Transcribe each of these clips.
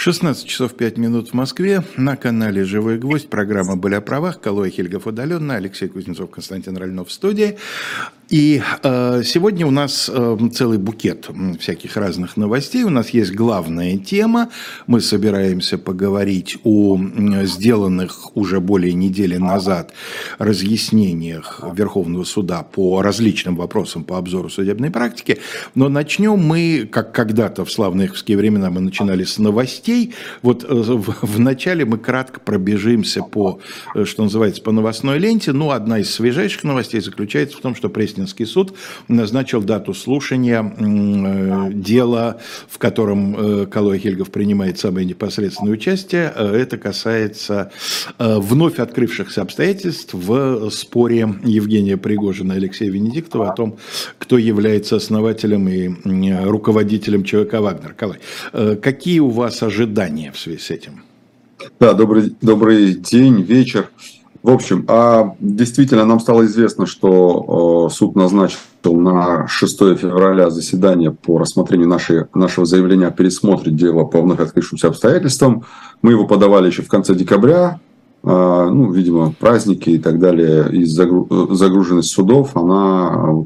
16 часов 5 минут в Москве. На канале «Живой гвоздь». Программа «Были о правах». Калой Хильгов удаленно. Алексей Кузнецов, Константин Ральнов в студии. И сегодня у нас целый букет всяких разных новостей. У нас есть главная тема. Мы собираемся поговорить о сделанных уже более недели назад разъяснениях Верховного суда по различным вопросам по обзору судебной практики. Но начнем мы, как когда-то в славные времена мы начинали с новостей. Вот в начале мы кратко пробежимся по, что называется, по новостной ленте. Ну, одна из свежайших новостей заключается в том, что Пресненский суд назначил дату слушания дела, в котором Калой Хильгов принимает самое непосредственное участие. Это касается вновь открывшихся обстоятельств в споре Евгения Пригожина и Алексея Венедиктова о том, кто является основателем и руководителем ЧВК «Вагнер». Калой, какие у вас ожидания в связи с этим? Да, добрый день, вечер. В общем, действительно нам стало известно, что суд назначил на 6 февраля заседание по рассмотрению нашего заявления о пересмотре дела по вновь открывшимся обстоятельствам. Мы его подавали еще в конце декабря. Видимо, праздники и так далее, и загруженность судов, она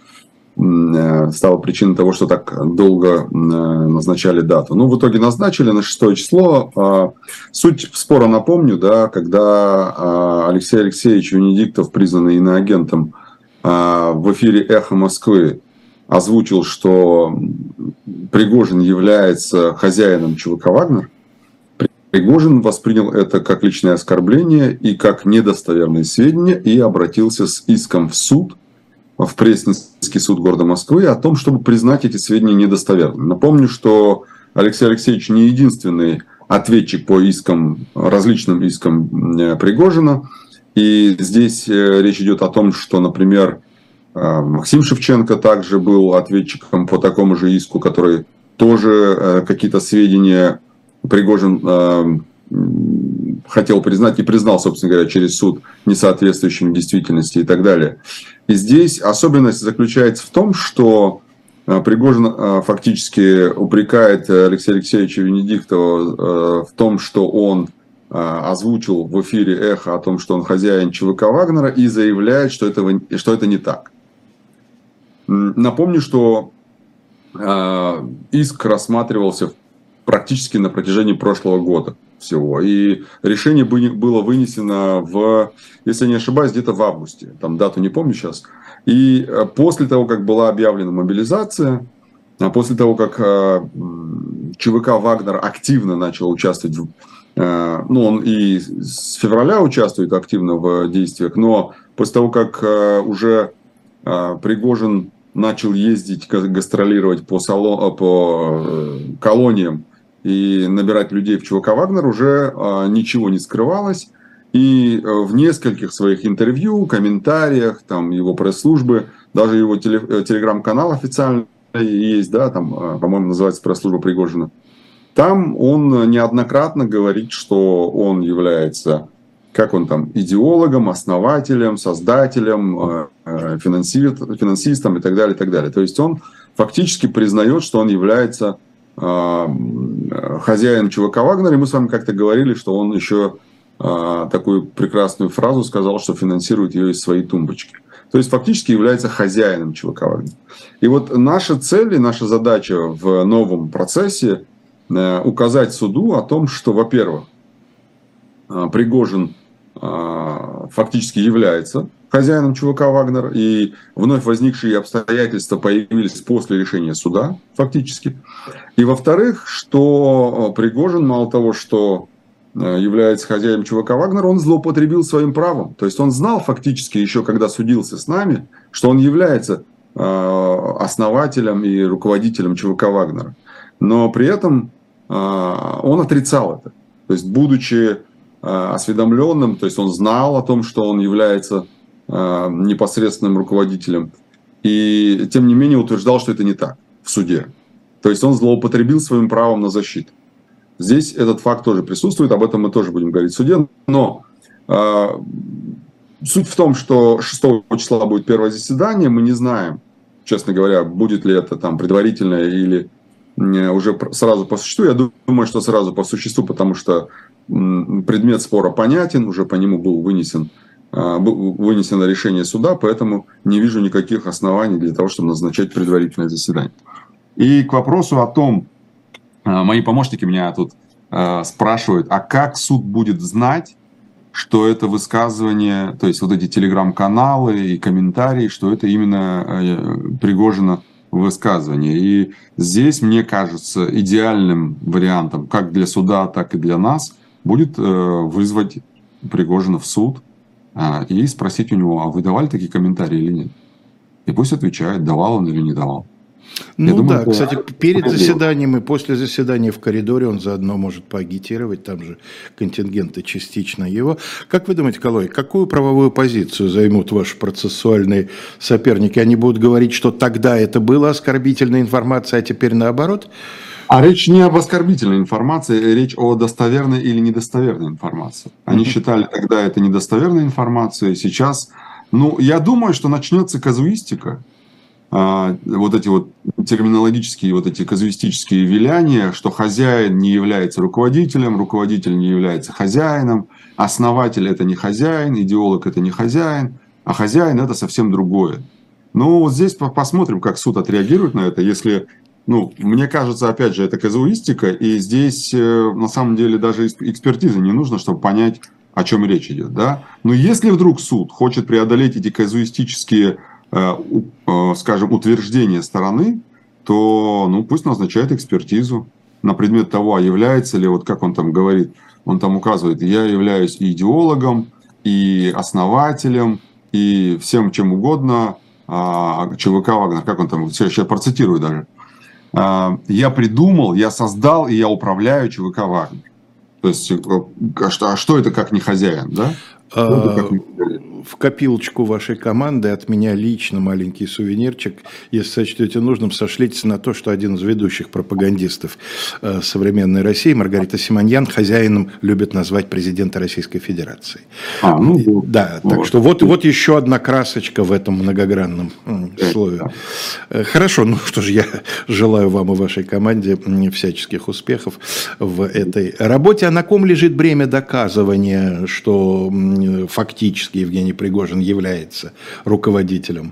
стала причиной того, что так долго назначали дату. В итоге назначили на 6 число. Суть спора напомню, да, когда Алексей Алексеевич Венедиктов, признанный иноагентом, в эфире «Эхо Москвы» озвучил, что Пригожин является хозяином ЧВК «Вагнер», Пригожин воспринял это как личное оскорбление и как недостоверные сведения и обратился с иском в суд, в Пресненский суд города Москвы, о том, чтобы признать эти сведения недостоверными. Напомню, что Алексей Алексеевич не единственный ответчик по различным искам Пригожина. И здесь речь идет о том, что, например, Максим Шевченко также был ответчиком по такому же иску, который тоже какие-то сведения Пригожин хотел признать и признал, собственно говоря, через суд несоответствующим действительности и так далее. И здесь особенность заключается в том, что Пригожин фактически упрекает Алексея Алексеевича Венедиктова в том, что он озвучил в эфире «Эхо» о том, что он хозяин ЧВК «Вагнера», и заявляет, что это не так. Напомню, что иск рассматривался практически на протяжении прошлого года всего. И решение было вынесено если не ошибаюсь, где-то в августе. Там дату не помню сейчас. И после того, как была объявлена мобилизация, после того, как ЧВК «Вагнер» активно начал участвовать, он и с февраля участвует активно в действиях, но после того, как уже Пригожин начал ездить, гастролировать по колониям и набирать людей в ЧВК «Вагнер», уже ничего не скрывалось. И в нескольких своих интервью, комментариях, там, его пресс-службы, даже его телеграм-канал официальный есть, да, там, по-моему, называется пресс-служба Пригожина. Там он неоднократно говорит, что он является, идеологом, основателем, создателем, финансистом и так далее, и так далее. То есть он фактически признает, что он является хозяин ЧВК «Вагнер», и мы с вами как-то говорили, что он еще такую прекрасную фразу сказал, что финансирует ее из своей тумбочки. То есть фактически является хозяином ЧВК «Вагнер». И вот наша цель и наша задача в новом процессе указать суду о том, что, во-первых, Пригожин фактически является хозяином ЧВК «Вагнер», и вновь возникшие обстоятельства появились после решения суда, фактически. И во-вторых, что Пригожин, мало того, что является хозяином ЧВК «Вагнер», он злоупотребил своим правом. То есть он знал фактически еще, когда судился с нами, что он является основателем и руководителем ЧВК «Вагнера». Но при этом он отрицал это. То есть, будучи осведомленным, то есть он знал о том, что он является непосредственным руководителем, и тем не менее утверждал, что это не так в суде. То есть он злоупотребил своим правом на защиту. Здесь этот факт тоже присутствует, об этом мы тоже будем говорить в суде. Но суть в том, что 6 числа будет первое заседание, мы не знаем, честно говоря, будет ли это там предварительное или уже сразу по существу. Я думаю, что сразу по существу, потому что предмет спора понятен, уже по нему был вынесено решение суда, поэтому не вижу никаких оснований для того, чтобы назначать предварительное заседание. И к вопросу о том, мои помощники меня тут спрашивают, а как суд будет знать, что это высказывание, то есть вот эти телеграм-каналы и комментарии, что это именно Пригожина высказывание. И здесь, мне кажется, идеальным вариантом как для суда, так и для нас будет вызвать Пригожина в суд и спросить у него, а вы давали такие комментарии или нет? И пусть отвечает, давал он или не давал. Ну думаю, да, кстати, перед заседанием и после заседания в коридоре он заодно может поагитировать, там же контингенты частично его. Как вы думаете, Калой, какую правовую позицию займут ваши процессуальные соперники? Они будут говорить, что тогда это была оскорбительная информация, а теперь наоборот? А речь не об оскорбительной информации, речь о достоверной или недостоверной информации. Они считали тогда это недостоверной информацией, сейчас, я думаю, что начнется казуистика. Вот эти вот терминологические, вот эти казуистические виляния, что хозяин не является руководителем, руководитель не является хозяином, основатель это не хозяин, идеолог это не хозяин, а хозяин это совсем другое. Вот здесь посмотрим, как суд отреагирует на это, если, мне кажется, опять же, это казуистика, и здесь на самом деле даже экспертизы не нужно, чтобы понять, о чем речь идет, да. Но если вдруг суд хочет преодолеть эти казуистические, скажем, утверждения стороны, то пусть назначает экспертизу на предмет того, а является ли, вот как он там говорит, он там указывает, я являюсь и идеологом, и основателем, и всем чем угодно, ЧВК Вагнер, как он там, сейчас процитирую даже, я придумал, я создал и я управляю ЧВК Вагнер. То есть, что это как не хозяин, да? В копилочку вашей команды от меня лично маленький сувенирчик. Если сочтете нужным, сошлитесь на то, что один из ведущих пропагандистов современной России, Маргарита Симоньян, хозяином любит назвать президента Российской Федерации. Да, так что вот еще одна красочка в этом многогранном слове. Хорошо, что ж, я желаю вам и вашей команде всяческих успехов в этой работе. А на ком лежит бремя доказывания, что фактически Евгений Пригожин является руководителем?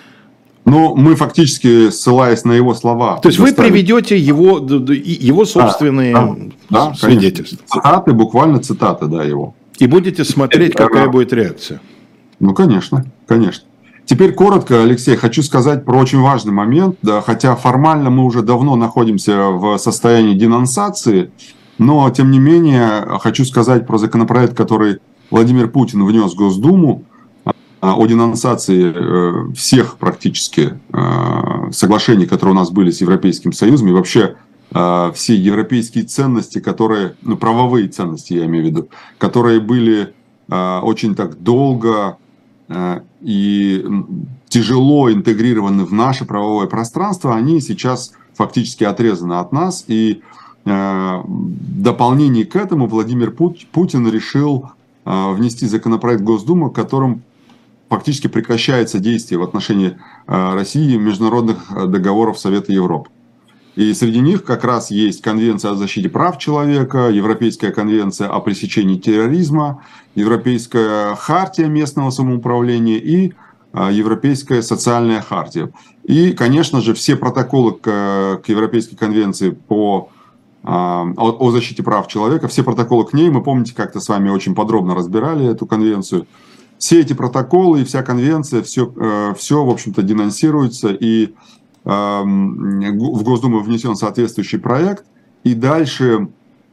Мы фактически, ссылаясь на его слова... То есть вы приведете его собственные свидетельства? Цитаты, буквально цитаты, его. И будете смотреть, какая будет реакция? Конечно. Теперь коротко, Алексей, хочу сказать про очень важный момент. Да, хотя формально мы уже давно находимся в состоянии денонсации, но, тем не менее, хочу сказать про законопроект, который Владимир Путин внес в Госдуму о денонсации всех практически соглашений, которые у нас были с Европейским Союзом, и вообще все европейские ценности, которые, правовые ценности я имею в виду, которые были очень так долго и тяжело интегрированы в наше правовое пространство, они сейчас фактически отрезаны от нас. И в дополнение к этому Владимир Путин решил внести законопроект в Госдуму, которым фактически прекращается действие в отношении России международных договоров Совета Европы. И среди них как раз есть Конвенция о защите прав человека, Европейская конвенция о пресечении терроризма, Европейская хартия местного самоуправления и Европейская социальная хартия. И, конечно же, все протоколы к Европейской конвенции о защите прав человека, все протоколы к ней, мы, помните, как-то с вами очень подробно разбирали эту конвенцию. Все эти протоколы и вся конвенция, все в общем-то, денонсируется, и в Госдуму внесен соответствующий проект, и дальше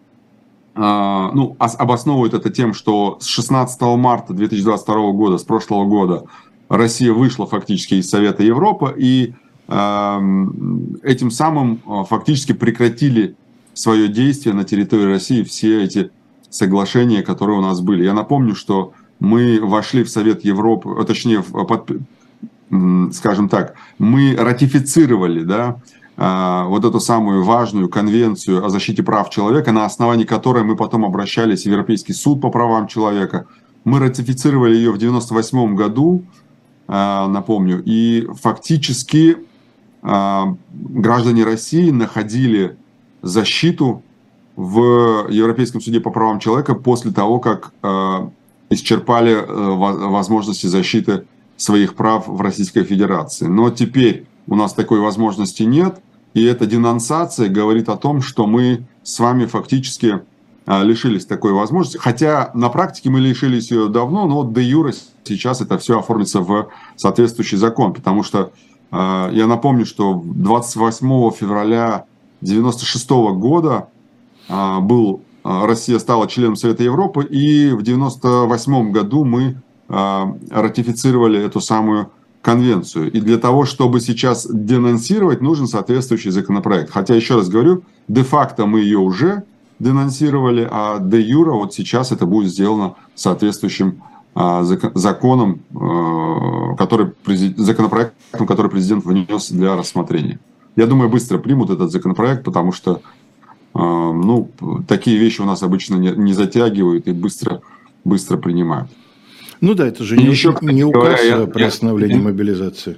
обосновывают это тем, что с 16 марта 2022 года, с прошлого года, Россия вышла фактически из Совета Европы, и этим самым фактически прекратили свое действие на территории России все эти соглашения, которые у нас были. Я напомню, что мы вошли в Совет Европы, точнее, скажем так, мы ратифицировали, вот эту самую важную конвенцию о защите прав человека, на основании которой мы потом обращались в Европейский суд по правам человека. Мы ратифицировали ее в 1998 году, напомню, и фактически граждане России находили защиту в Европейском суде по правам человека после того, как исчерпали возможности защиты своих прав в Российской Федерации. Но теперь у нас такой возможности нет, и эта денонсация говорит о том, что мы с вами фактически лишились такой возможности. Хотя на практике мы лишились ее давно, но вот де юре сейчас это все оформится в соответствующий закон, потому что я напомню, что 28 февраля 1996 года Россия стала членом Совета Европы, и в 1998 году мы ратифицировали эту самую конвенцию. И для того, чтобы сейчас денонсировать, нужен соответствующий законопроект. Хотя, еще раз говорю, де-факто мы ее уже денонсировали, а де юре вот сейчас это будет сделано соответствующим законом, законопроектом, который президент внес для рассмотрения. Я думаю, быстро примут этот законопроект, потому что такие вещи у нас обычно не затягивают и быстро принимают. Ну да, это же не указ о приостановлении мобилизации.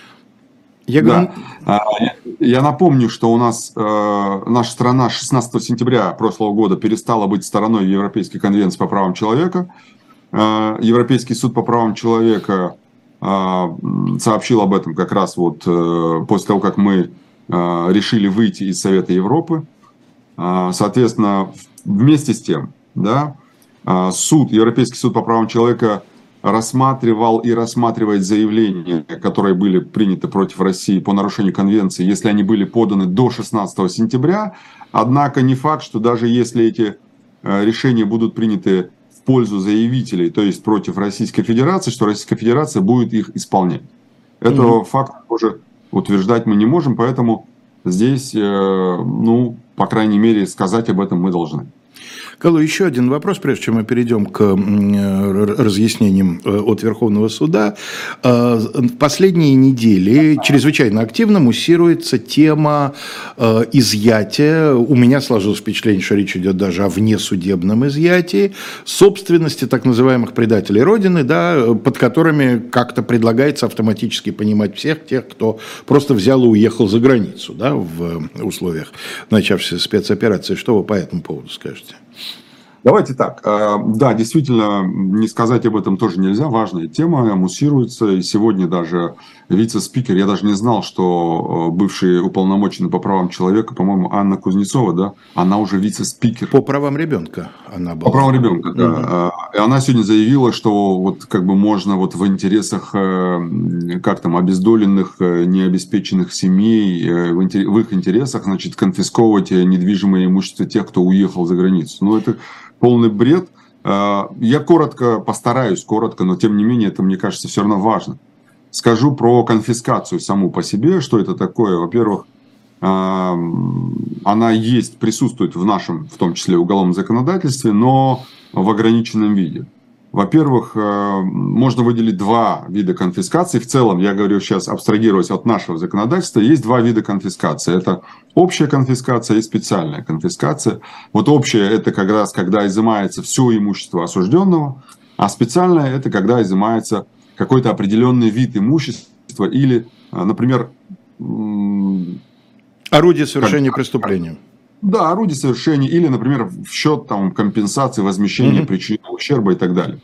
Я напомню, что у нас наша страна 16 сентября прошлого года перестала быть стороной Европейской конвенции по правам человека. Европейский суд по правам человека сообщил об этом как раз вот после того, как мы решили выйти из Совета Европы. Соответственно, вместе с тем, да, Европейский суд по правам человека рассматривал и рассматривает заявления, которые были приняты против России по нарушению конвенции, если они были поданы до 16 сентября. Однако не факт, что даже если эти решения будут приняты в пользу заявителей, то есть против Российской Федерации, что Российская Федерация будет их исполнять. Этого факта уже утверждать мы не можем, поэтому здесь, по крайней мере, сказать об этом мы должны. Калой, еще один вопрос, прежде чем мы перейдем к разъяснениям от Верховного суда. В последние недели чрезвычайно активно муссируется тема изъятия. У меня сложилось впечатление, что речь идет даже о внесудебном изъятии собственности так называемых предателей Родины, да, под которыми как-то предлагается автоматически понимать всех тех, кто просто взял и уехал за границу, да, в условиях начавшейся спецоперации. Что вы по этому поводу скажете? Давайте так. Да, действительно, не сказать об этом тоже нельзя. Важная тема, муссируется. И сегодня даже вице-спикер, я даже не знал, что бывший уполномоченный по правам человека, по-моему, Анна Кузнецова, да, она уже вице-спикер. По правам ребенка она была. По правам ребенка, да. И она сегодня заявила, что вот как бы можно вот в интересах, как там, обездоленных, необеспеченных семей, в их интересах, значит, конфисковывать недвижимое имущество тех, кто уехал за границу. Ну, это полный бред. Я постараюсь коротко, но тем не менее это, мне кажется, все равно важно. Скажу про конфискацию саму по себе, что это такое. Во-первых, она присутствует в нашем, в том числе, уголовном законодательстве, но в ограниченном виде. Во-первых, можно выделить два вида конфискации. В целом, я говорю сейчас, абстрагируясь от нашего законодательства, есть два вида конфискации. Это общая конфискация и специальная конфискация. Вот общая – это как раз когда изымается все имущество осужденного, а специальная – это когда изымается какой-то определенный вид имущества или, например… Орудие совершения преступления. Да, орудие совершения или, например, в счет там, компенсации, возмещения причинного ущерба и так далее.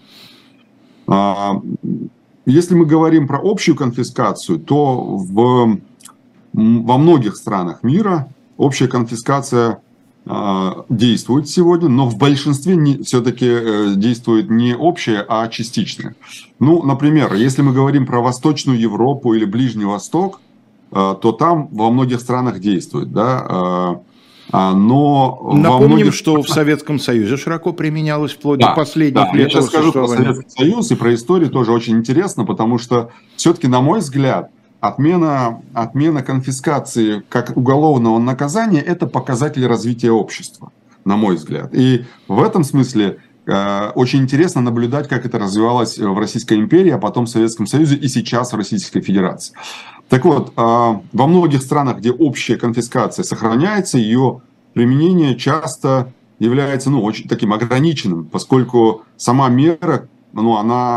Если мы говорим про общую конфискацию, то во многих странах мира общая конфискация действует сегодня, но в большинстве все-таки действует не общая, а частичная. Ну, например, если мы говорим про Восточную Европу или Ближний Восток, то там во многих странах действует, да. Но напомним, что в Советском Союзе широко применялось вплоть до последних лет. Я сейчас скажу про Советский Союз и про историю тоже очень интересно, потому что все-таки, на мой взгляд, отмена конфискации как уголовного наказания – это показатель развития общества, на мой взгляд. И в этом смысле очень интересно наблюдать, как это развивалось в Российской империи, а потом в Советском Союзе и сейчас в Российской Федерации. Так вот, во многих странах, где общая конфискация сохраняется, ее применение часто является очень таким ограниченным, поскольку сама мера, она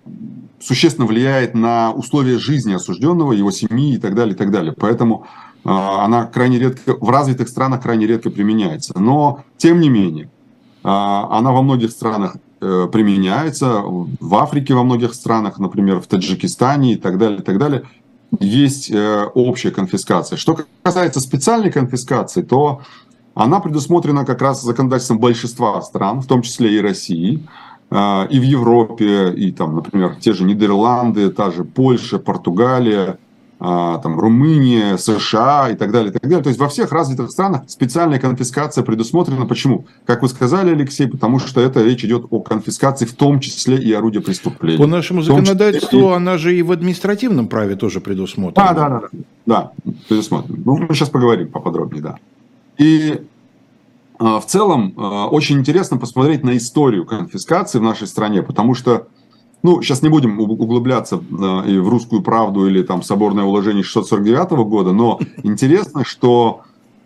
существенно влияет на условия жизни осужденного, его семьи и так далее, и так далее. Поэтому она крайне редко, в развитых странах крайне редко применяется. Но, тем не менее, она во многих странах применяется, в Африке во многих странах, например, в Таджикистане и так далее, и так далее. Есть общая конфискация. Что касается специальной конфискации, то она предусмотрена как раз законодательством большинства стран, в том числе и России, и в Европе, и там, например, те же Нидерланды, та же Польша, Португалия, там, Румыния, США и так далее, и так далее. То есть во всех развитых странах специальная конфискация предусмотрена. Почему? Как вы сказали, Алексей, потому что это речь идет о конфискации, в том числе и орудия преступления. По нашему законодательству она же и в административном праве тоже предусмотрена. Да, предусмотрена. Ну, мы сейчас поговорим поподробнее, да. И в целом очень интересно посмотреть на историю конфискации в нашей стране, потому что, ну, сейчас не будем углубляться и в «Русскую правду» или там соборное уложение 649 года, но интересно, что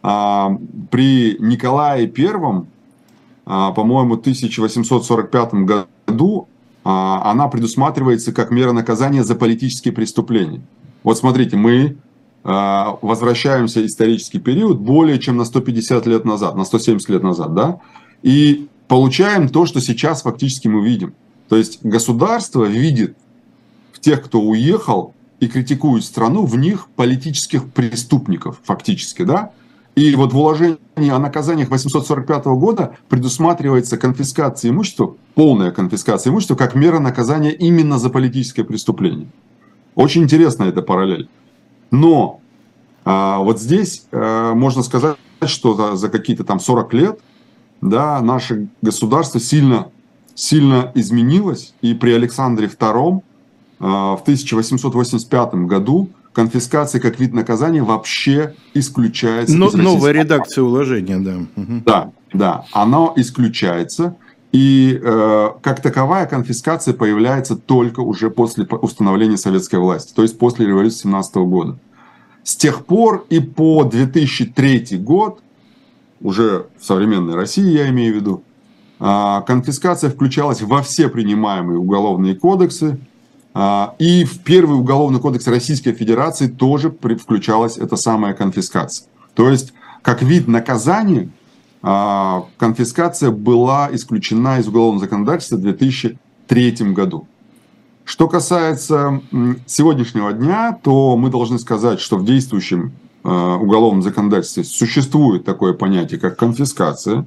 при Николае I, по-моему, 1845 году, она предусматривается как мера наказания за политические преступления. Вот смотрите, мы возвращаемся в исторический период более чем на 150 лет назад, на 170 лет назад, да, и получаем то, что сейчас фактически мы видим. То есть государство видит в тех, кто уехал и критикует страну, в них политических преступников фактически, да. И вот в уложении о наказаниях 845 года предусматривается конфискация имущества, полная конфискация имущества, как мера наказания именно за политическое преступление. Очень интересна эта параллель. Но вот здесь можно сказать, что за какие-то там 40 лет, да, наше государство сильно изменилось, и при Александре II в 1885 году конфискация как вид наказания вообще исключается. Но новая редакция уложения, да. Да, она исключается, и как таковая конфискация появляется только уже после установления советской власти, то есть после революции 17 года. С тех пор и по 2003 год, уже в современной России я имею в виду, конфискация включалась во все принимаемые уголовные кодексы, и в первый уголовный кодекс Российской Федерации тоже включалась эта самая конфискация. То есть, как вид наказания, конфискация была исключена из уголовного законодательства в 2003 году. Что касается сегодняшнего дня, то мы должны сказать, что в действующем уголовном законодательстве существует такое понятие, как конфискация.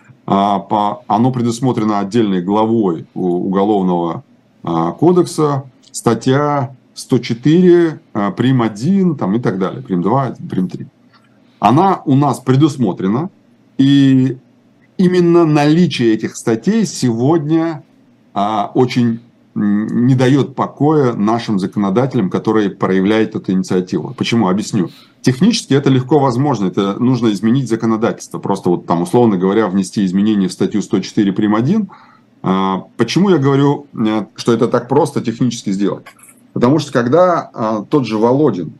Оно предусмотрено отдельной главой Уголовного кодекса, статья 104, прим. 1 там, и так далее, прим. 2, прим. 3. Она у нас предусмотрена, и именно наличие этих статей сегодня очень не дает покоя нашим законодателям, которые проявляют эту инициативу. Почему? Объясню. Технически это легко возможно, это нужно изменить законодательство. Просто вот там, условно говоря, внести изменения в статью 104 прим. 1. Почему я говорю, что это так просто технически сделать? Потому что когда тот же Володин,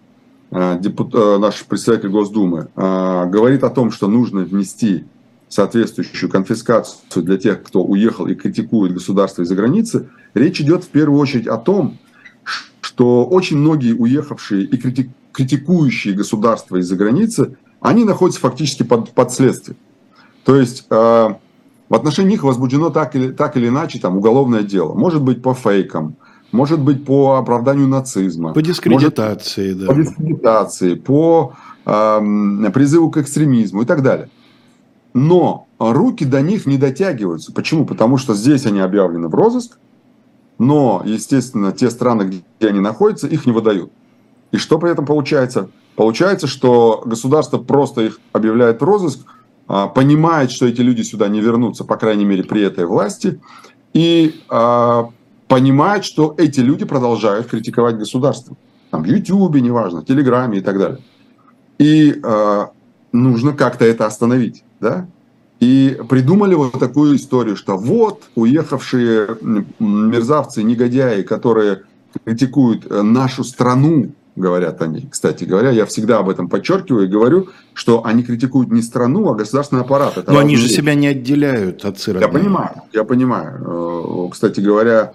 наш председатель Госдумы, говорит о том, что нужно внести соответствующую конфискацию для тех, кто уехал и критикует государство из-за границы, речь идет в первую очередь о том, что очень многие уехавшие и критикующие государство из-за границы, они находятся фактически под следствием. То есть в отношении них возбуждено так или иначе там, уголовное дело. Может быть по фейкам, может быть по оправданию нацизма. По дискредитации, да. По дискредитации, по призыву к экстремизму и так далее. Но руки до них не дотягиваются. Почему? Потому что здесь они объявлены в розыск, но, естественно, те страны, где они находятся, их не выдают. И что при этом получается? Получается, что государство просто их объявляет в розыск, понимает, что эти люди сюда не вернутся, по крайней мере, при этой власти, и понимает, что эти люди продолжают критиковать государство. Там, в Ютубе, неважно, в Телеграме и так далее. И нужно как-то это остановить. Да? И придумали вот такую историю, что вот уехавшие мерзавцы, негодяи, которые критикуют нашу страну, говорят они. Кстати говоря, я всегда об этом подчеркиваю и говорю, что они критикуют не страну, а государственный аппарат. Это но они же себя не отделяют от сыра. Я понимаю. Кстати говоря,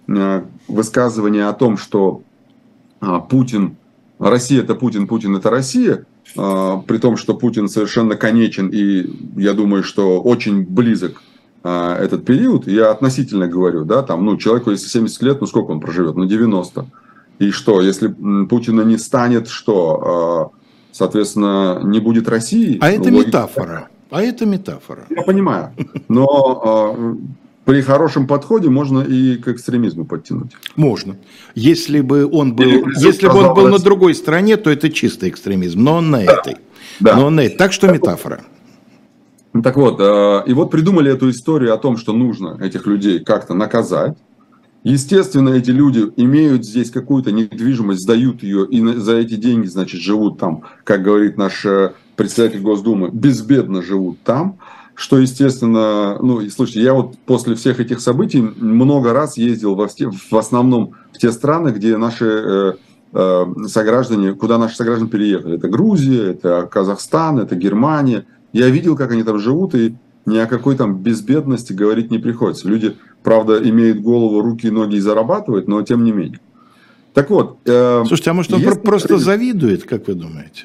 высказывание о том, что Путин, Россия это Путин, Путин это Россия, при том, что Путин совершенно конечен, и я думаю, что очень близок этот период, я относительно говорю, да, там, ну, человеку, если 70 лет, ну, сколько он проживет? Ну, 90. И что, если Путина не станет, что, соответственно, не будет России? А это метафора. А это метафора. Я понимаю, но при хорошем подходе можно и к экстремизму подтянуть. Можно. Если бы он был на другой стороне, то это чистый экстремизм, но он на этой. Да. Но он на этой. Так что метафора. Так вот, и вот придумали эту историю о том, что нужно этих людей как-то наказать. Естественно, эти люди имеют здесь какую-то недвижимость, сдают ее, и за эти деньги, значит, живут там, как говорит наш председатель Госдумы, безбедно живут там. Что, естественно, ну, и слушайте, я вот после всех этих событий много раз ездил в основном в те страны, где наши сограждане, куда наши сограждане переехали. Это Грузия, это Казахстан, это Германия. Я видел, как они там живут, и ни о какой там безбедности говорить не приходится. Люди, правда, имеют голову, руки и ноги и зарабатывают, но тем не менее. Так вот. Слушайте, а может он просто завидует, как вы думаете?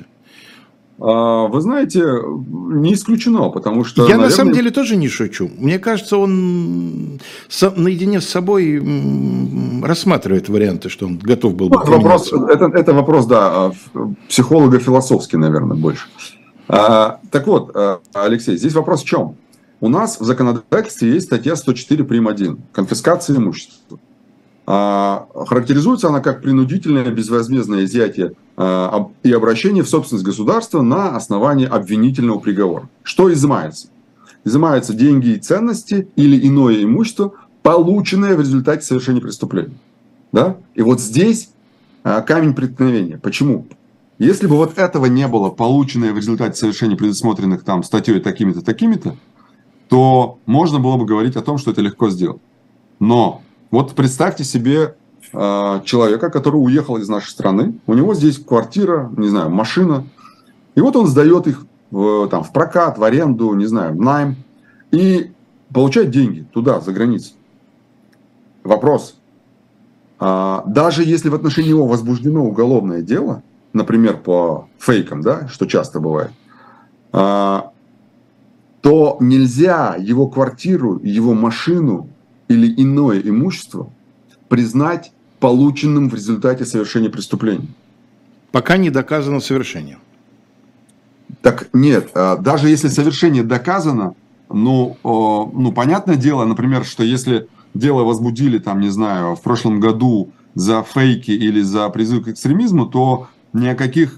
Вы знаете, не исключено, потому что... Я наверное, на самом деле тоже не шучу. Мне кажется, он наедине с собой рассматривает варианты, что он готов был бы... Это вопрос, да, психолого-философский, наверное, больше. Так вот, Алексей, здесь вопрос в чем? У нас в законодательстве есть статья 104 прим. 1 «Конфискация имущества». Характеризуется она как принудительное безвозмездное изъятие и обращение в собственность государства на основании обвинительного приговора. Что изымается? Изымаются деньги и ценности или иное имущество, полученное в результате совершения преступления. Да? И вот здесь камень преткновения. Почему? Если бы вот этого не было, полученное в результате совершения предусмотренных там статьей такими-то, такими-то, то можно было бы говорить о том, что это легко сделать. Но вот представьте себе человека, который уехал из нашей страны, у него здесь квартира, не знаю, машина, и вот он сдает их в прокат, в аренду, не знаю, в найм, и получает деньги туда, за границу. Вопрос. Даже если в отношении него возбуждено уголовное дело, например, по фейкам, да, что часто бывает, то нельзя его квартиру, его машину или иное имущество признать полученным в результате совершения преступления. Пока не доказано совершение. Так нет, даже если совершение доказано, ну, понятное дело, например, что если дело возбудили, там, не знаю, в прошлом году за фейки или за призыв к экстремизму, то ни о каких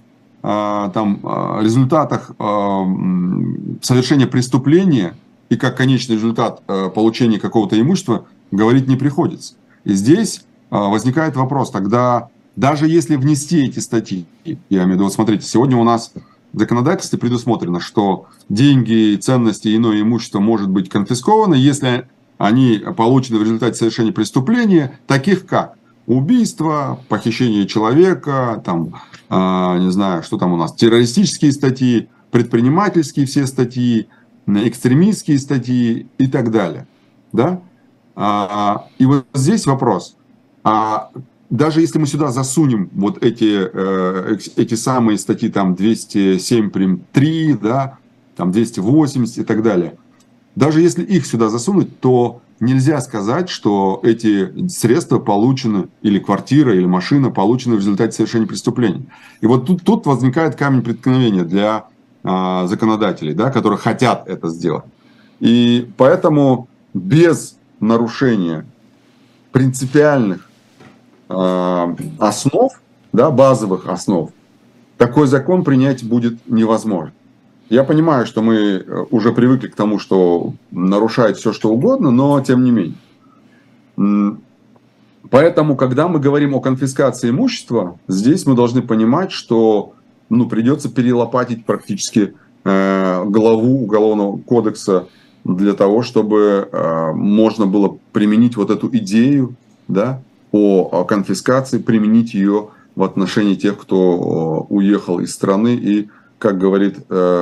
результатах совершения преступления и как конечный результат получения какого-то имущества говорить не приходится. И здесь возникает вопрос, тогда даже если внести эти статьи, я имею в виду, вот смотрите, сегодня у нас в законодательстве предусмотрено, что деньги, ценности и иное имущество может быть конфисковано, если они получены в результате совершения преступления, таких как убийство, похищение человека, там, не знаю, что там у нас, террористические статьи, предпринимательские все статьи, экстремистские статьи и так далее. Да? И вот здесь вопрос. Даже если мы сюда засунем вот эти самые статьи, там 207 прим. 3, да, там 280 и так далее, даже если их сюда засунуть, то нельзя сказать, что эти средства получены, или квартира, или машина получены в результате совершения преступления. И вот тут возникает камень преткновения для законодателей, да, которые хотят это сделать. И поэтому без нарушения принципиальных основ, да, базовых основ, такой закон принять будет невозможно. Я понимаю, что мы уже привыкли к тому, что нарушает все, что угодно, но тем не менее. Поэтому, когда мы говорим о конфискации имущества, здесь мы должны понимать, что придется перелопатить практически главу Уголовного кодекса для того, чтобы можно было применить вот эту идею, да, о конфискации, применить ее в отношении тех, кто уехал из страны и, как говорит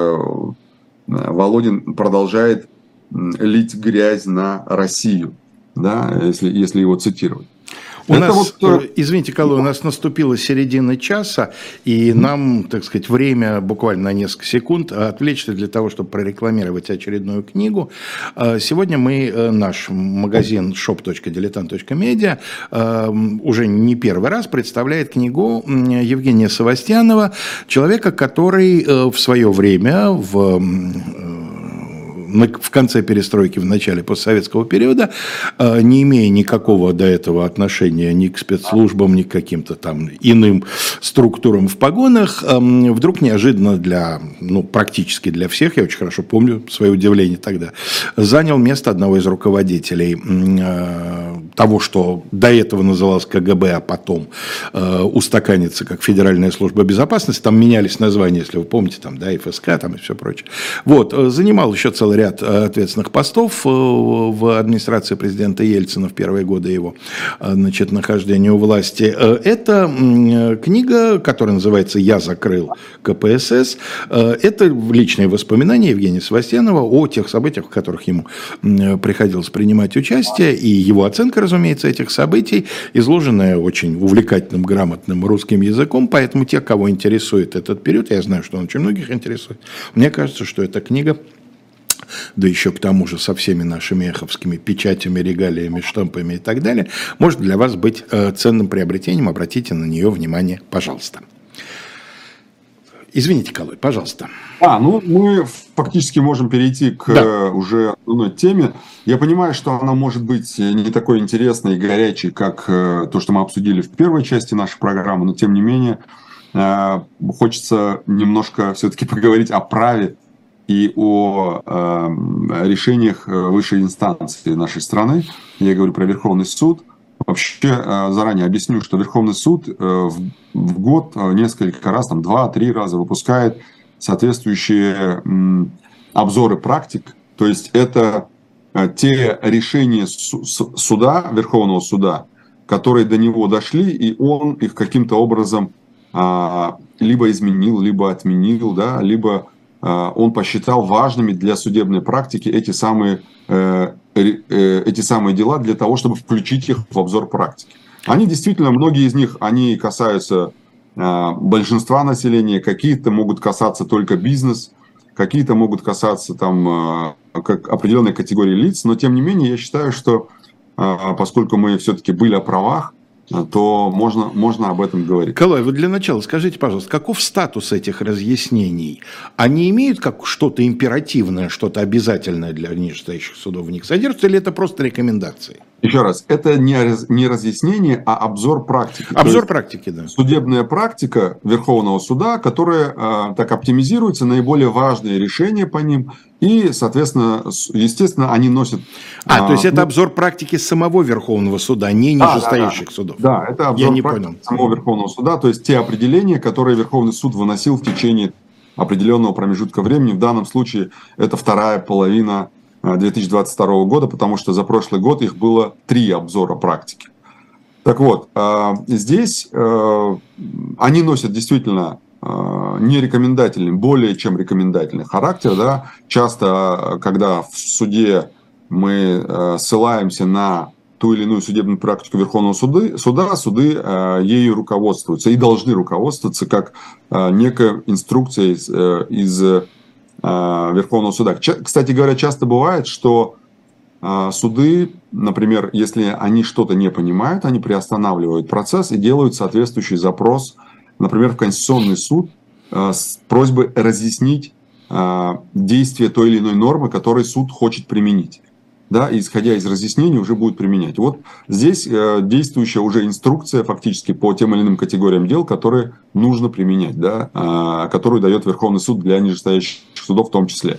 Володин, продолжает лить грязь на Россию, да, если его цитировать. Извините, Калой, у нас наступила середина часа, и нам, так сказать, время буквально на несколько секунд отвлечься для того, чтобы прорекламировать очередную книгу. Сегодня наш магазин shop.diletant.media уже не первый раз представляет книгу Евгения Савастьянова, человека, который в свое время в конце перестройки, в начале постсоветского периода, не имея никакого до этого отношения ни к спецслужбам, ни к каким-то там иным структурам в погонах, вдруг неожиданно практически для всех, я очень хорошо помню свое удивление тогда, занял место одного из руководителей того, что до этого называлось КГБ, а потом устаканится как Федеральная служба безопасности, там менялись названия, если вы помните, там, да, ФСК, там и все прочее. Занимал еще целый ряд ответственных постов в администрации президента Ельцина в первые годы его нахождения у власти. Это книга, которая называется «Я закрыл КПСС». Это личные воспоминания Евгения Савастьянова о тех событиях, в которых ему приходилось принимать участие, и его оценка, разумеется, этих событий, изложенная очень увлекательным, грамотным русским языком, поэтому те, кого интересует этот период, я знаю, что он очень многих интересует, мне кажется, что эта книга, да еще к тому же со всеми нашими эховскими печатями, регалиями, штампами и так далее, может для вас быть ценным приобретением. Обратите на нее внимание, пожалуйста. Извините, Калой, пожалуйста. Мы фактически можем перейти к уже основной теме. Я понимаю, что она может быть не такой интересной и горячей, как то, что мы обсудили в первой части нашей программы, но тем не менее хочется немножко все-таки поговорить о праве и о решениях высшей инстанции нашей страны. Я говорю про Верховный суд. Вообще, заранее объясню, что Верховный суд в год несколько раз, 2-3 раза выпускает соответствующие обзоры практик. То есть это те решения суда, Верховного суда, которые до него дошли, и он их каким-то образом либо изменил, либо отменил, да, либо он посчитал важными для судебной практики эти самые дела для того, чтобы включить их в обзор практики. Они действительно, многие из них, они касаются большинства населения, какие-то могут касаться только бизнес, какие-то могут касаться как определенной категории лиц, но тем не менее я считаю, что поскольку мы все-таки были о правах, то можно об этом говорить. Калой, вы для начала скажите, пожалуйста, каков статус этих разъяснений? Они имеют как что-то императивное, что-то обязательное для нижестоящих судов в них содержится, или это просто рекомендации? Еще раз, это не разъяснение, а обзор практики. Обзор практики, да. Судебная практика Верховного суда, которая так оптимизируется, наиболее важные решения по ним, и, соответственно, естественно, они носят... то есть это обзор практики самого Верховного суда, не нижестоящих судов? Да, это обзор практики самого Верховного суда, то есть те определения, которые Верховный суд выносил в течение определенного промежутка времени. В данном случае это вторая половина 2022 года, потому что за прошлый год их было 3 обзора практики. Так вот, здесь они носят действительно не рекомендательный, более чем рекомендательный характер. Да? Часто, когда в суде мы ссылаемся на ту или иную судебную практику Верховного суда, суды ею руководствуются и должны руководствоваться как некая инструкция из Верховного суда. Кстати говоря, часто бывает, что суды, например, если они что-то не понимают, они приостанавливают процесс и делают соответствующий запрос, например, в Конституционный суд с просьбой разъяснить действие той или иной нормы, которую суд хочет применить. Да, и исходя из разъяснений уже будет применять. Вот здесь действующая уже инструкция фактически по тем или иным категориям дел, которые нужно применять, да, которую дает Верховный суд для нижестоящих судов в том числе.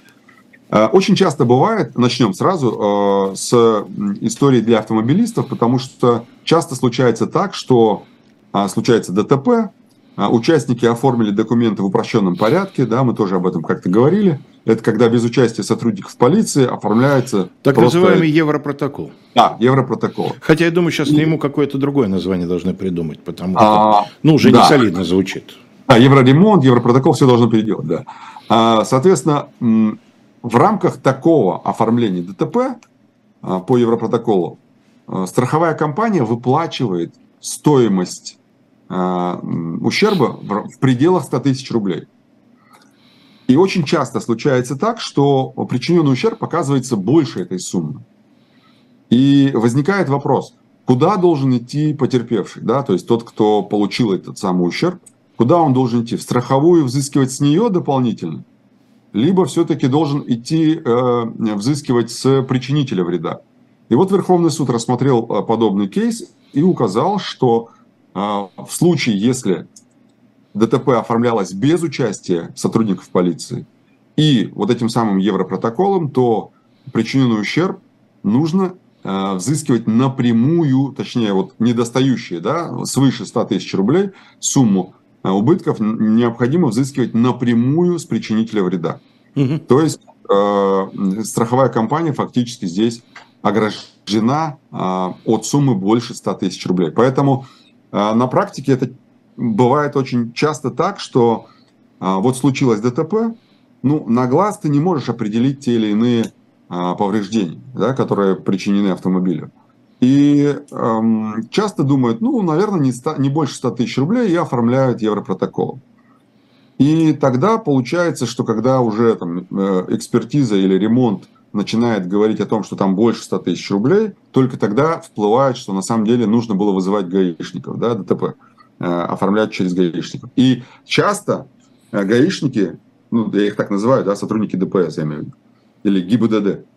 Очень часто бывает, начнем сразу с истории для автомобилистов, потому что часто случается так, что случается ДТП, участники оформили документы в упрощенном порядке, да, мы тоже об этом как-то говорили. Это когда без участия сотрудников полиции оформляется... Так просто... называемый Европротокол. Да, Европротокол. Хотя я думаю, сейчас ему какое-то другое название должны придумать, потому что уже не солидно звучит. Евроремонт, Европротокол, все должно переделать, да. Соответственно, в рамках такого оформления ДТП по Европротоколу страховая компания выплачивает стоимость ущерба в пределах 100 тысяч рублей. И очень часто случается так, что причиненный ущерб оказывается больше этой суммы. И возникает вопрос, куда должен идти потерпевший, да, то есть тот, кто получил этот самый ущерб, куда он должен идти? В страховую взыскивать с нее дополнительно? Либо все-таки должен идти взыскивать с причинителя вреда? И вот Верховный суд рассмотрел подобный кейс и указал, что в случае, если ДТП оформлялось без участия сотрудников полиции и вот этим самым европротоколом, то причиненный ущерб нужно взыскивать напрямую, точнее, вот недостающие, да, свыше 100 тысяч рублей сумму убытков необходимо взыскивать напрямую с причинителя вреда. То есть страховая компания фактически здесь ограждена от суммы больше 100 тысяч рублей. Поэтому на практике это бывает очень часто так, что вот случилось ДТП, ну, на глаз ты не можешь определить те или иные повреждений, да, которые причинены автомобилю. И часто думают, ну, наверное, не больше 100 тысяч рублей, и оформляют европротокол. И тогда получается, что когда уже там, экспертиза или ремонт начинает говорить о том, что там больше 100 тысяч рублей, только тогда всплывает, что на самом деле нужно было вызывать гаишников, да, ДТП, оформлять через гаишников. И часто гаишники, ну, я их так называю, да, сотрудники ДПС, я имею в виду, или ГИБДД,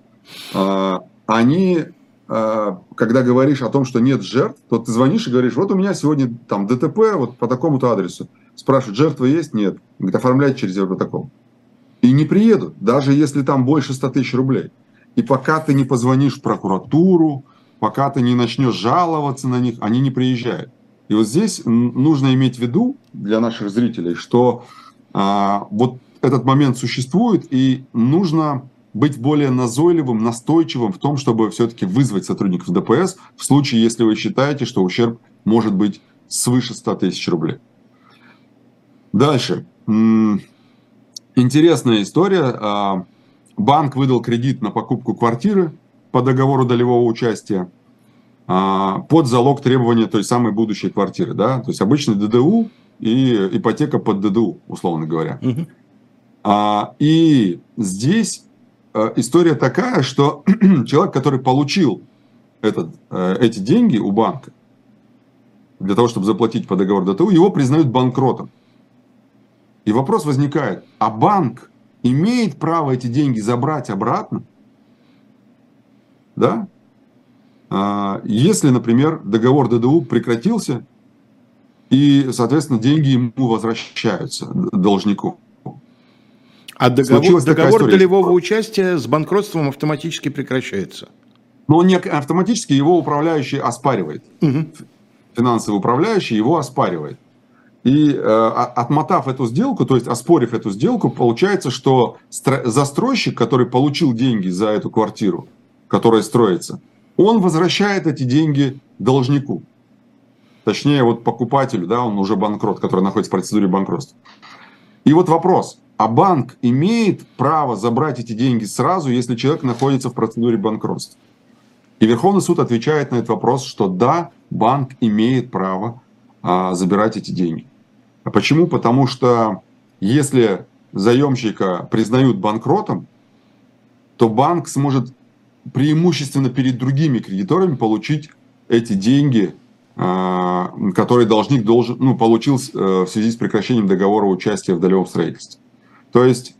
они, когда говоришь о том, что нет жертв, то ты звонишь и говоришь, вот у меня сегодня там ДТП вот по такому-то адресу. Спрашивают, жертвы есть? Нет. Говорит, оформляйте через европротокол. И не приедут, даже если там больше 100 тысяч рублей. И пока ты не позвонишь в прокуратуру, пока ты не начнешь жаловаться на них, они не приезжают. И вот здесь нужно иметь в виду для наших зрителей, что вот этот момент существует, и нужно быть более назойливым, настойчивым в том, чтобы все-таки вызвать сотрудников ДПС в случае, если вы считаете, что ущерб может быть свыше 100 тысяч рублей. Дальше. Интересная история. Банк выдал кредит на покупку квартиры по договору долевого участия под залог требования той самой будущей квартиры. Да? То есть обычный ДДУ и ипотека под ДДУ, условно говоря. И здесь история такая, что человек, который получил эти деньги у банка для того, чтобы заплатить по договору ДТУ, его признают банкротом. И вопрос возникает, а банк имеет право эти деньги забрать обратно? Да? Если, например, договор ДДУ прекратился, и, соответственно, деньги ему возвращаются, должнику. А договор долевого участия с банкротством автоматически прекращается? Но он не автоматически, его управляющий оспаривает. Финансовый управляющий его оспаривает. И отмотав эту сделку, то есть оспорив эту сделку, получается, что застройщик, который получил деньги за эту квартиру, которая строится, он возвращает эти деньги должнику. Точнее, вот покупателю, да, он уже банкрот, который находится в процедуре банкротства. И вот вопрос, а банк имеет право забрать эти деньги сразу, если человек находится в процедуре банкротства? И Верховный суд отвечает на этот вопрос, что да, банк имеет право забирать эти деньги. А почему? Потому что если заемщика признают банкротом, то банк сможет преимущественно перед другими кредиторами получить эти деньги, которые должник получил в связи с прекращением договора участия в долевом строительстве. То есть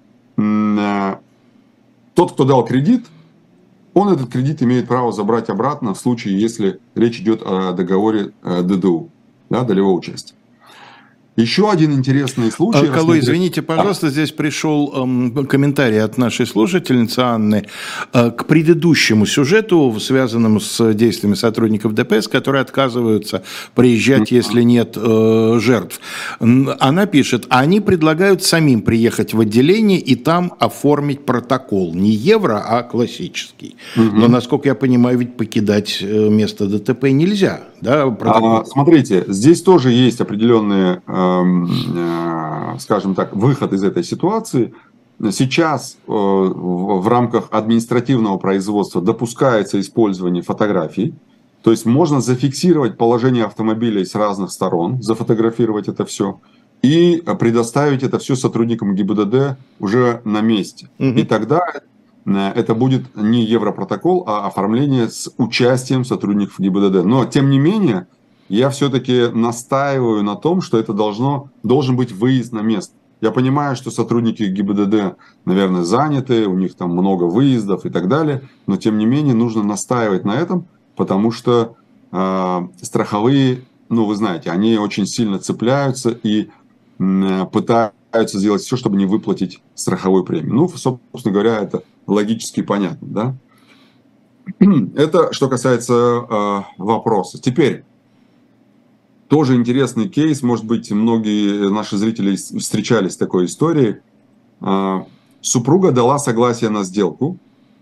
тот, кто дал кредит, он этот кредит имеет право забрать обратно в случае, если речь идет о договоре ДДУ, да, долевого участия. Еще один интересный случай. Калой, извините, пожалуйста, здесь пришел комментарий от нашей слушательницы Анны к предыдущему сюжету, связанному с действиями сотрудников ДПС, которые отказываются приезжать, если нет жертв. Она пишет, они предлагают самим приехать в отделение и там оформить протокол. Не евро, а классический. Но, насколько я понимаю, ведь покидать место ДТП нельзя. Да, смотрите, здесь тоже есть определенные, скажем так, выход из этой ситуации. Сейчас в рамках административного производства допускается использование фотографий То есть можно зафиксировать положение автомобилей с разных сторон, зафотографировать это все и предоставить это все сотрудникам ГИБДД уже на месте. И тогда это будет не Европротокол, а оформление с участием сотрудников ГИБДД. Но, тем не менее, я все-таки настаиваю на том, что это должен быть выезд на место. Я понимаю, что сотрудники ГИБДД, наверное, заняты, у них там много выездов и так далее, но, тем не менее, нужно настаивать на этом, потому что страховые, ну, вы знаете, они очень сильно цепляются и пытаются сделать все, чтобы не выплатить страховую премию. Ну, собственно говоря, это логически понятно, да? Это что касается вопроса. Теперь, тоже интересный кейс, может быть, многие наши зрители встречались с такой историей. Супруга дала согласие на сделку.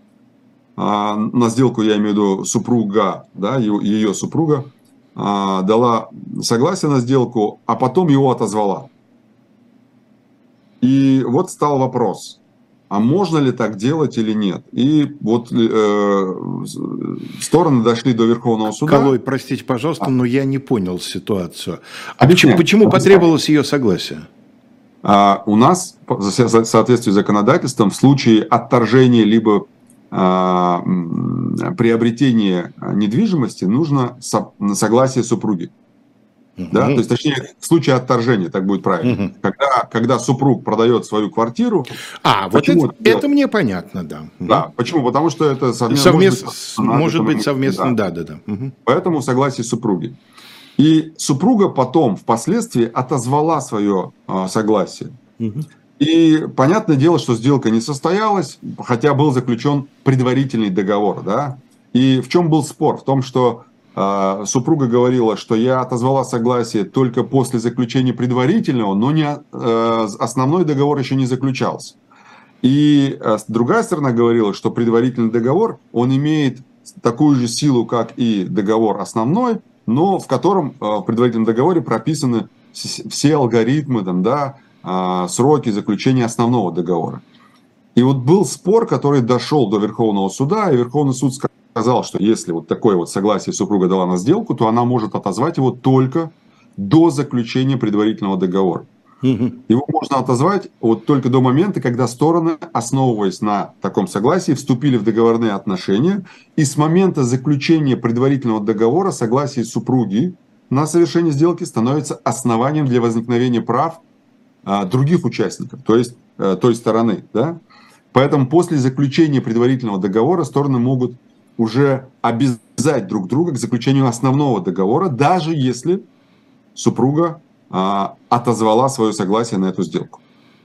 На сделку я имею в виду супруга, да, ее супруга дала согласие на сделку, а потом его отозвала. И вот стал вопрос, а можно ли так делать или нет? И вот стороны дошли до Верховного суда. Калой, простите, пожалуйста, но я не понял ситуацию. А почему потребовалось ее согласие? У нас, в соответствии с законодательством, в случае отторжения либо приобретения недвижимости нужно согласие супруги. Да? То есть, точнее, в случае отторжения, так будет правильно. Когда супруг продает свою квартиру... вот это мне понятно, да. Да, почему? Потому что это может быть совместно, да. Поэтому согласие супруги. И супруга потом, впоследствии, отозвала свое согласие. И понятное дело, что сделка не состоялась, хотя был заключен предварительный договор. Да? И в чем был спор? В том, что супруга говорила, что я отозвала согласие только после заключения предварительного, но основной договор еще не заключался. И другая сторона говорила, что предварительный договор, он имеет такую же силу, как и договор основной, но в котором в предварительном договоре прописаны все алгоритмы, там, да, сроки заключения основного договора. И вот был спор, который дошел до Верховного суда, и Верховный суд сказал, что если вот такое вот согласие супруга дала на сделку, то она может отозвать его только до заключения предварительного договора. Его можно отозвать вот только до момента, когда стороны, основываясь на таком согласии, вступили в договорные отношения, и с момента заключения предварительного договора согласие супруги на совершение сделки становится основанием для возникновения прав других участников, то есть той стороны. Да? Поэтому после заключения предварительного договора стороны могут уже обязать друг друга к заключению основного договора, даже если супруга отозвала свое согласие на эту сделку.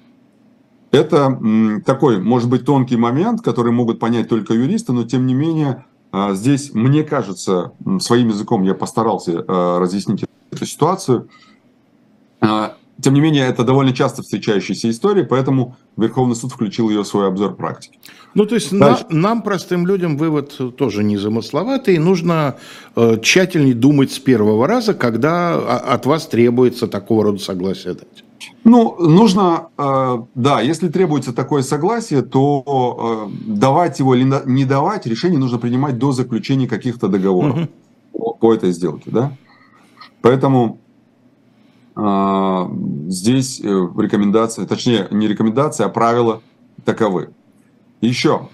Это такой, может быть, тонкий момент, который могут понять только юристы, но тем не менее здесь, мне кажется, своим языком я постарался разъяснить эту ситуацию. Тем не менее, это довольно часто встречающаяся история, поэтому Верховный суд включил ее в свой обзор практики. Ну, то есть нам, простым людям, вывод тоже незамысловатый. Нужно тщательнее думать с первого раза, когда от вас требуется такого рода согласие дать. Ну, нужно, да, если требуется такое согласие, то давать его или не давать, решение нужно принимать до заключения каких-то договоров по этой сделке, да. Поэтому здесь рекомендации, точнее, не рекомендации, а правила таковы. Еще,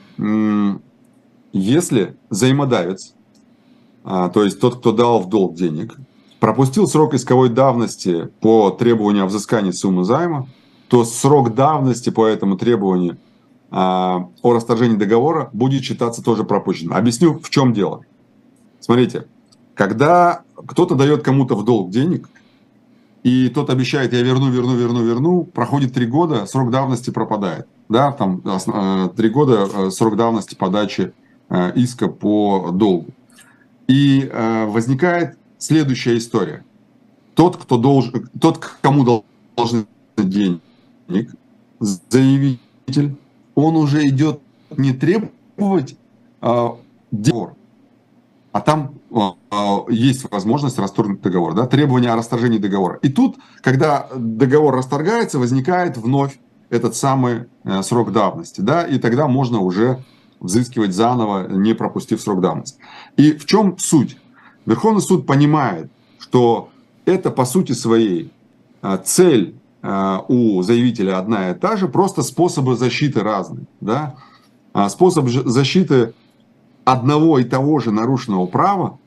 если взаимодавец, то есть тот, кто дал в долг денег, пропустил срок исковой давности по требованию о взыскании суммы займа, то срок давности по этому требованию о расторжении договора будет считаться тоже пропущенным. Объясню, в чем дело. Смотрите, когда кто-то дает кому-то в долг денег, и тот обещает, я верну, проходит 3 года, срок давности пропадает. Да, там 3 года срок давности подачи иска по долгу. И возникает следующая история. Тот, кому должны денег, заявитель, он уже идет не требовать договор, а там есть возможность расторгнуть договор, да, требование о расторжении договора. И тут, когда договор расторгается, возникает вновь этот самый срок давности, да, и тогда можно уже взыскивать заново, не пропустив срок давности. И в чем суть? Верховный суд понимает, что это по сути своей цель у заявителя одна и та же, просто способы защиты разные. Да? Способ защиты одного и того же нарушенного права,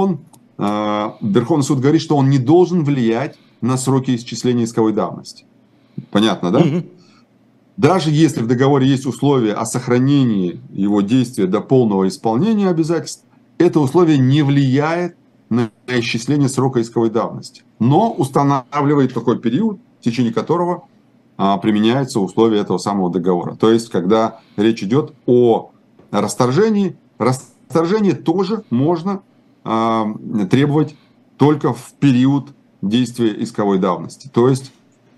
Верховный суд говорит, что он не должен влиять на сроки исчисления исковой давности. Понятно, да? Даже если в договоре есть условие о сохранении его действия до полного исполнения обязательств, это условие не влияет на исчисление срока исковой давности, но устанавливает такой период, в течение которого применяются условия этого самого договора. То есть, когда речь идет о расторжении, расторжение тоже можно требовать только в период действия исковой давности, то есть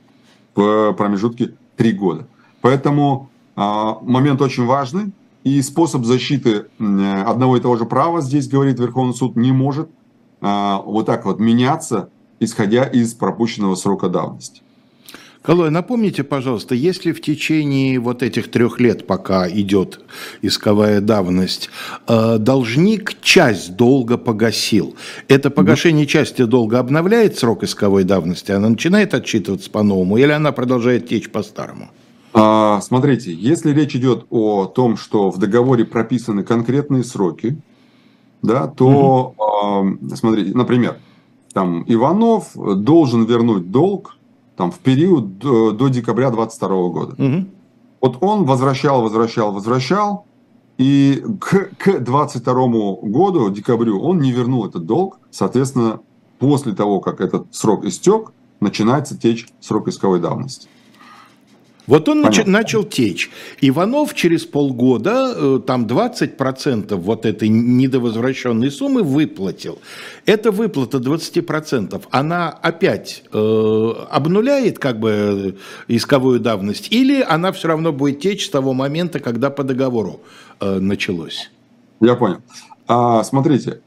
в промежутке 3 года. Поэтому момент очень важный, и способ защиты одного и того же права, здесь говорит Верховный суд, не может вот так вот меняться, исходя из пропущенного срока давности. Калой, напомните, пожалуйста, если в течение вот этих 3 лет, пока идет исковая давность, должник часть долга погасил, это погашение части долга обновляет срок исковой давности? Она начинает отчитываться по-новому или она продолжает течь по-старому? Смотрите, если речь идет о том, что в договоре прописаны конкретные сроки, да, то, смотрите, например, там Иванов должен вернуть долг там, в период до декабря 2022 года. Вот он возвращал, и к 2022 году, декабрю, он не вернул этот долг. Соответственно, после того, как этот срок истек, начинается течь срок исковой давности. Вот он начал течь. Иванов через полгода там 20% вот этой недовозвращенной суммы выплатил. Эта выплата 20%, она опять обнуляет как бы исковую давность, или она все равно будет течь с того момента, когда по договору началось? Я понял. Смотрите,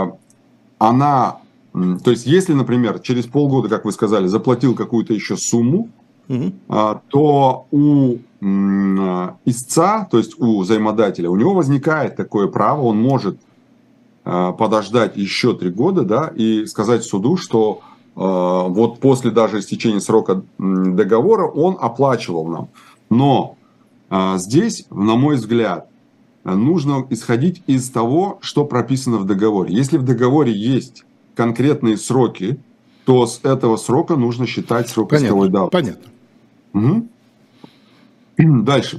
она, то есть если, например, через полгода, как вы сказали, заплатил какую-то еще сумму, то у истца, то есть у взаимодателя, у него возникает такое право, он может подождать еще 3 года, да, и сказать суду, что вот после даже истечения срока договора он оплачивал нам. Но здесь, на мой взгляд, нужно исходить из того, что прописано в договоре. Если в договоре есть конкретные сроки, то с этого срока нужно считать срок исковой давности. Понятно. Угу. Дальше.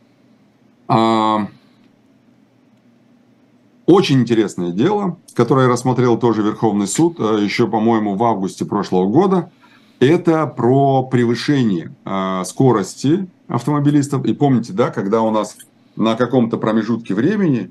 Очень интересное дело, которое рассмотрел тоже Верховный суд еще, по-моему, в августе прошлого года. Это про превышение скорости автомобилистов. И помните, да, когда у нас на каком-то промежутке времени,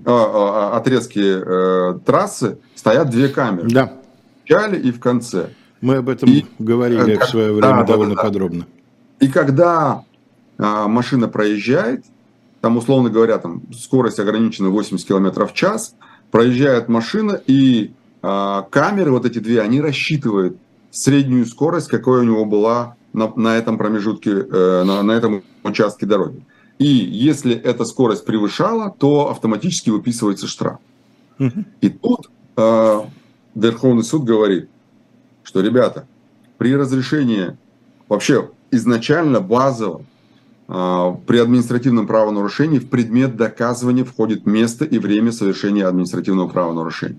отрезке трассы стоят 2 камеры. Да. В начале и в конце. Мы об этом говорили в свое время довольно подробно. И когда машина проезжает, там, условно говоря, там скорость ограничена 80 км в час, проезжает машина, и камеры, вот эти 2, они рассчитывают среднюю скорость, какой у него была на этом промежутке, на этом участке дороги. И если эта скорость превышала, то автоматически выписывается штраф. И тут Верховный суд говорит, что, ребята, при разрешении вообще изначально базово при административном правонарушении в предмет доказывания входит место и время совершения административного правонарушения.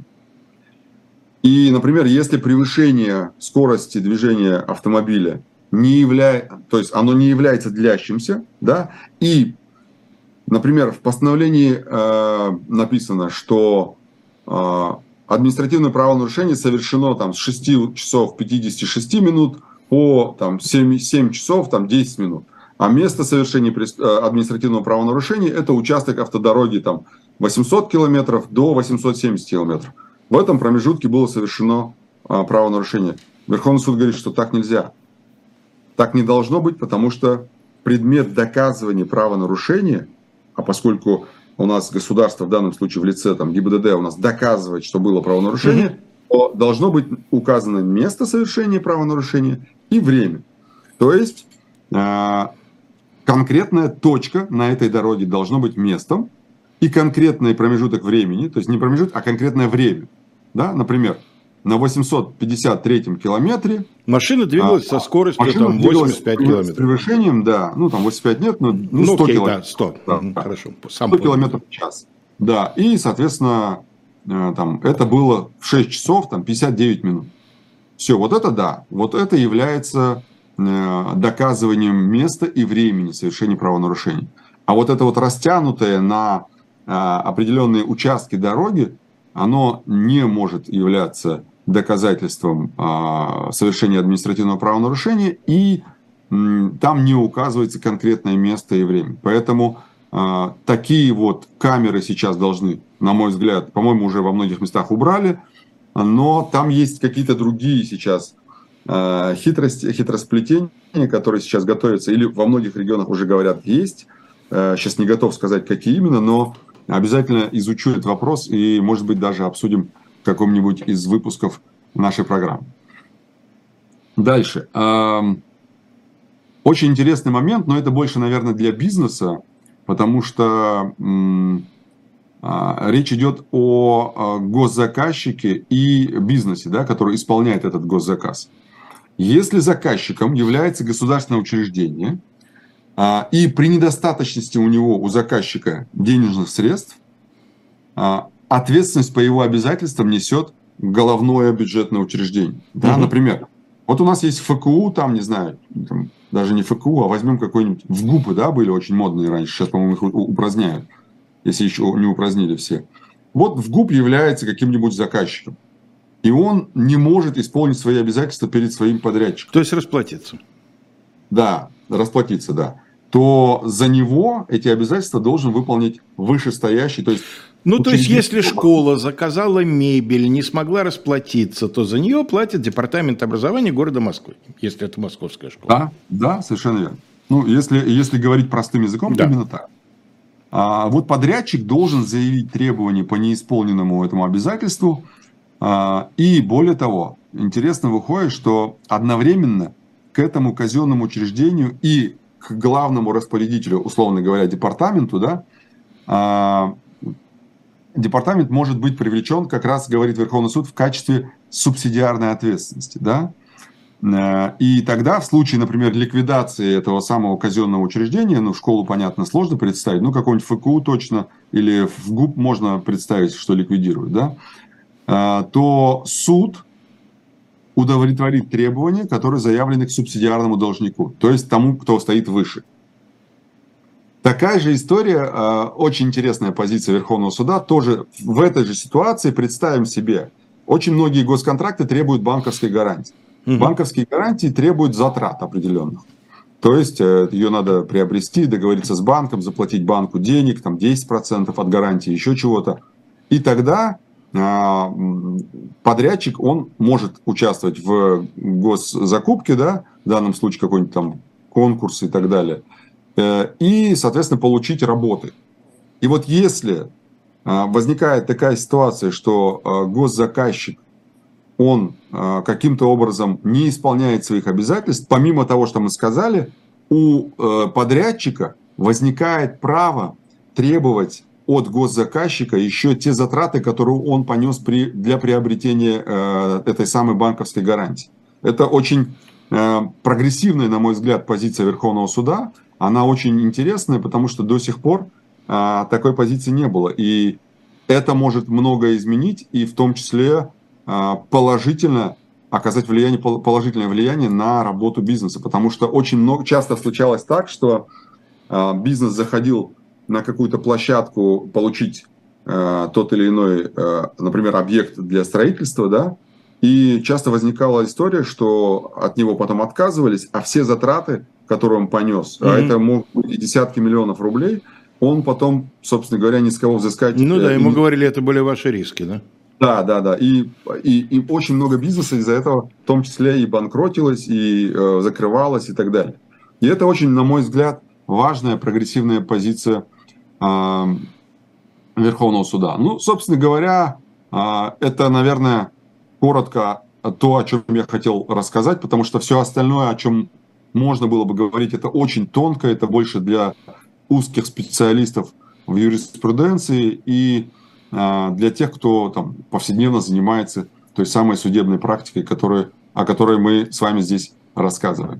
И, например, если превышение скорости движения автомобиля то есть оно не является длящимся, да, и, например, в постановлении написано, что административное правонарушение совершено там, с 6 часов 56 минут по там, 7 часов там, 10 минут. А место совершения административного правонарушения – это участок автодороги там, 800 километров до 870 километров. В этом промежутке было совершено правонарушение. Верховный суд говорит, что так нельзя. Так не должно быть, потому что предмет доказывания правонарушения, а поскольку у нас государство в данном случае в лице там, ГИБДД у нас доказывает, что было правонарушение, то должно быть указано место совершения правонарушения и время. То есть конкретная точка на этой дороге должно быть местом и конкретный промежуток времени, то есть не промежуток, а конкретное время. Да? Например, на 853-м километре машина двигалась со скоростью там, 85 километров. С превышением, да, ну там 85 нет, но 100 окей, километров. Да, 100. Да, Хорошо, 100 километров в час. Да, и, соответственно, там, это было в 6 часов, там, 59 минут. Все, вот это да, вот это является доказыванием места и времени совершения правонарушений. А вот это вот растянутое на определенные участки дороги, оно не может являться доказательством совершения административного правонарушения, и там не указывается конкретное место и время. Поэтому такие вот камеры сейчас должны, на мой взгляд, по-моему, уже во многих местах убрали, но там есть какие-то другие сейчас хитросплетения, которые сейчас готовятся, или во многих регионах уже говорят есть. Сейчас не готов сказать, какие именно, но обязательно изучу этот вопрос и, может быть, даже обсудим в каком-нибудь из выпусков нашей программы. Дальше. Очень интересный момент, но это больше, наверное, для бизнеса, потому что речь идет о госзаказчике и бизнесе, да, который исполняет этот госзаказ. Если заказчиком является государственное учреждение, и при недостаточности у заказчика денежных средств, ответственность по его обязательствам несет головное бюджетное учреждение. Да, например, вот у нас есть ФКУ, там, не знаю, там, даже не ФКУ, а возьмем какой-нибудь... ВГУПы, да, были очень модные раньше, сейчас, по-моему, их упраздняют, если еще не упразднили все. Вот ВГУП является каким-нибудь заказчиком, и он не может исполнить свои обязательства перед своим подрядчиком. То есть расплатиться. Да, расплатиться, да. То за него эти обязательства должен выполнить вышестоящий, то есть... Ну, то есть, если школа заказала мебель, не смогла расплатиться, то за нее платит Департамент образования города Москвы, если это московская школа. Да, да, совершенно верно. Ну, если говорить простым языком, то именно так. Вот подрядчик должен заявить требования по неисполненному этому обязательству. И более того, интересно выходит, что одновременно к этому казенному учреждению и к главному распорядителю, условно говоря, департаменту, да, департамент может быть привлечен, как раз говорит Верховный суд, в качестве субсидиарной ответственности. Да? И тогда в случае, например, ликвидации этого самого казенного учреждения, ну, школу, понятно, сложно представить, ну, какой-нибудь ФКУ точно, или в ГУП можно представить, что ликвидируют, да? То суд удовлетворит требования, которые заявлены к субсидиарному должнику, то есть тому, кто стоит выше. Такая же история, очень интересная позиция Верховного суда, тоже в этой же ситуации, представим себе, очень многие госконтракты требуют банковской гарантии. Банковские гарантии требуют затрат определенных. То есть ее надо приобрести, договориться с банком, заплатить банку денег, там 10% от гарантии, еще чего-то. И тогда подрядчик, он может участвовать в госзакупке, да, в данном случае какой-нибудь там конкурс и так далее, и, соответственно, получить работы. И вот если возникает такая ситуация, что госзаказчик, он каким-то образом не исполняет своих обязательств, помимо того, что мы сказали, у подрядчика возникает право требовать от госзаказчика еще те затраты, которые он понес для приобретения этой самой банковской гарантии. Это очень прогрессивная, на мой взгляд, позиция Верховного суда. Она очень интересная, потому что до сих пор такой позиции не было. И это может многое изменить, и в том числе положительно оказать положительное влияние на работу бизнеса. Потому что очень часто случалось так, что бизнес заходил на какую-то площадку получить тот или иной, например, объект для строительства, да, и часто возникала история, что от него потом отказывались, а все затраты, которые он понес, а это могут быть и десятки миллионов рублей, он потом, собственно говоря, ни с кого взыскать. Ну да, ему говорили, это были ваши риски, да? Да. И очень много бизнеса из-за этого, в том числе и банкротилось, и закрывалось, и так далее. И это очень, на мой взгляд, важная прогрессивная позиция Верховного суда. Ну, собственно говоря, это, наверное, коротко то, о чем я хотел рассказать, потому что все остальное, о чем можно было бы говорить, это очень тонко, это больше для узких специалистов в юриспруденции и для тех, кто там повседневно занимается той самой судебной практикой, о которой мы с вами здесь рассказываем.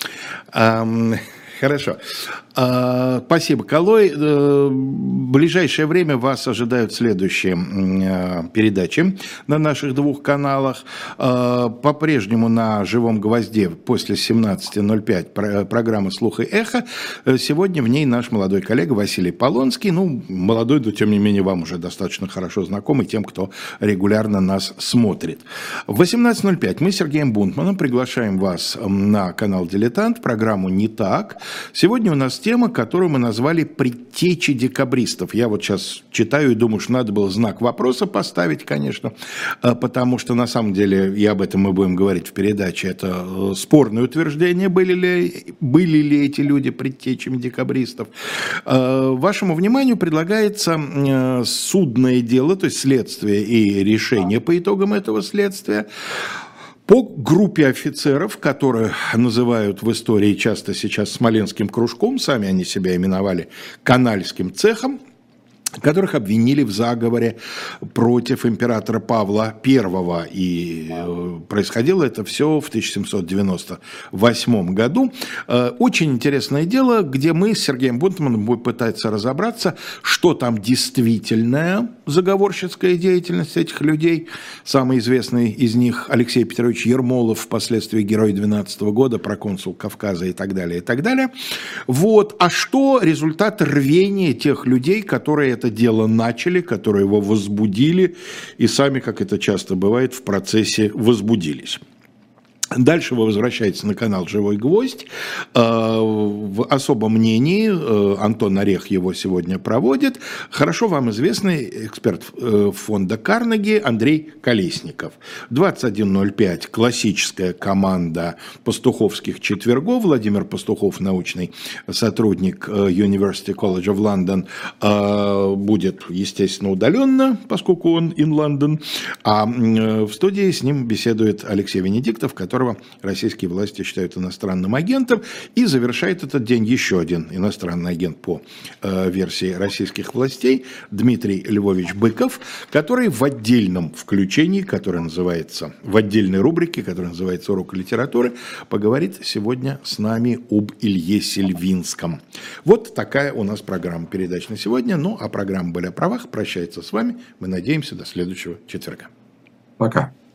Хорошо. Спасибо, Калой. В ближайшее время вас ожидают следующие передачи на наших двух каналах. По-прежнему на «Живом гвозде» после 17:05 программа «Слух и эхо». Сегодня в ней наш молодой коллега Василий Полонский. Ну, молодой, но тем не менее вам уже достаточно хорошо знакомый тем, кто регулярно нас смотрит. В 18:05 мы с Сергеем Бунтманом приглашаем вас на канал «Дилетант», программу «Не так». Сегодня у нас тема, которую мы назвали «Предтечи декабристов». Я вот сейчас читаю и думаю, что надо было знак вопроса поставить, конечно, потому что на самом деле, и об этом мы будем говорить в передаче, это спорное утверждение, были ли эти люди предтечами декабристов. Вашему вниманию предлагается судное дело, то есть следствие и решение по итогам этого следствия, по группе офицеров, которые называют в истории часто сейчас Смоленским кружком, сами они себя именовали Канальским цехом, которых обвинили в заговоре против императора Павла I. И происходило это все в 1798 году. Очень интересное дело, где мы с Сергеем Бунтманом будем пытаться разобраться, что там действительная заговорщицкая деятельность этих людей. Самый известный из них Алексей Петрович Ермолов, впоследствии герой 12 года, проконсул Кавказа и так далее, и так далее. Вот. А что результат рвения тех людей, которые это дело начали, которые его возбудили и сами, как это часто бывает, в процессе возбудились. Дальше вы возвращаетесь на канал «Живой гвоздь». В особом мнении, Антон Орех его сегодня проводит, хорошо вам известный эксперт фонда Карнеги Андрей Колесников. 21:05 классическая команда пастуховских четвергов. Владимир Пастухов, научный сотрудник University College of London, будет, естественно, удаленно, поскольку он in London. А в студии с ним беседует Алексей Венедиктов, который российские власти считают иностранным агентом, и завершает этот день еще один иностранный агент по версии российских властей, Дмитрий Львович Быков, который в отдельном включении, которое называется, в отдельной рубрике, которая называется «Урок литературы», поговорит сегодня с нами об Илье Сельвинском. Вот такая у нас программа передач на сегодня. Ну, а программа «Были о правах» прощается с вами. Мы надеемся, до следующего четверга. Пока.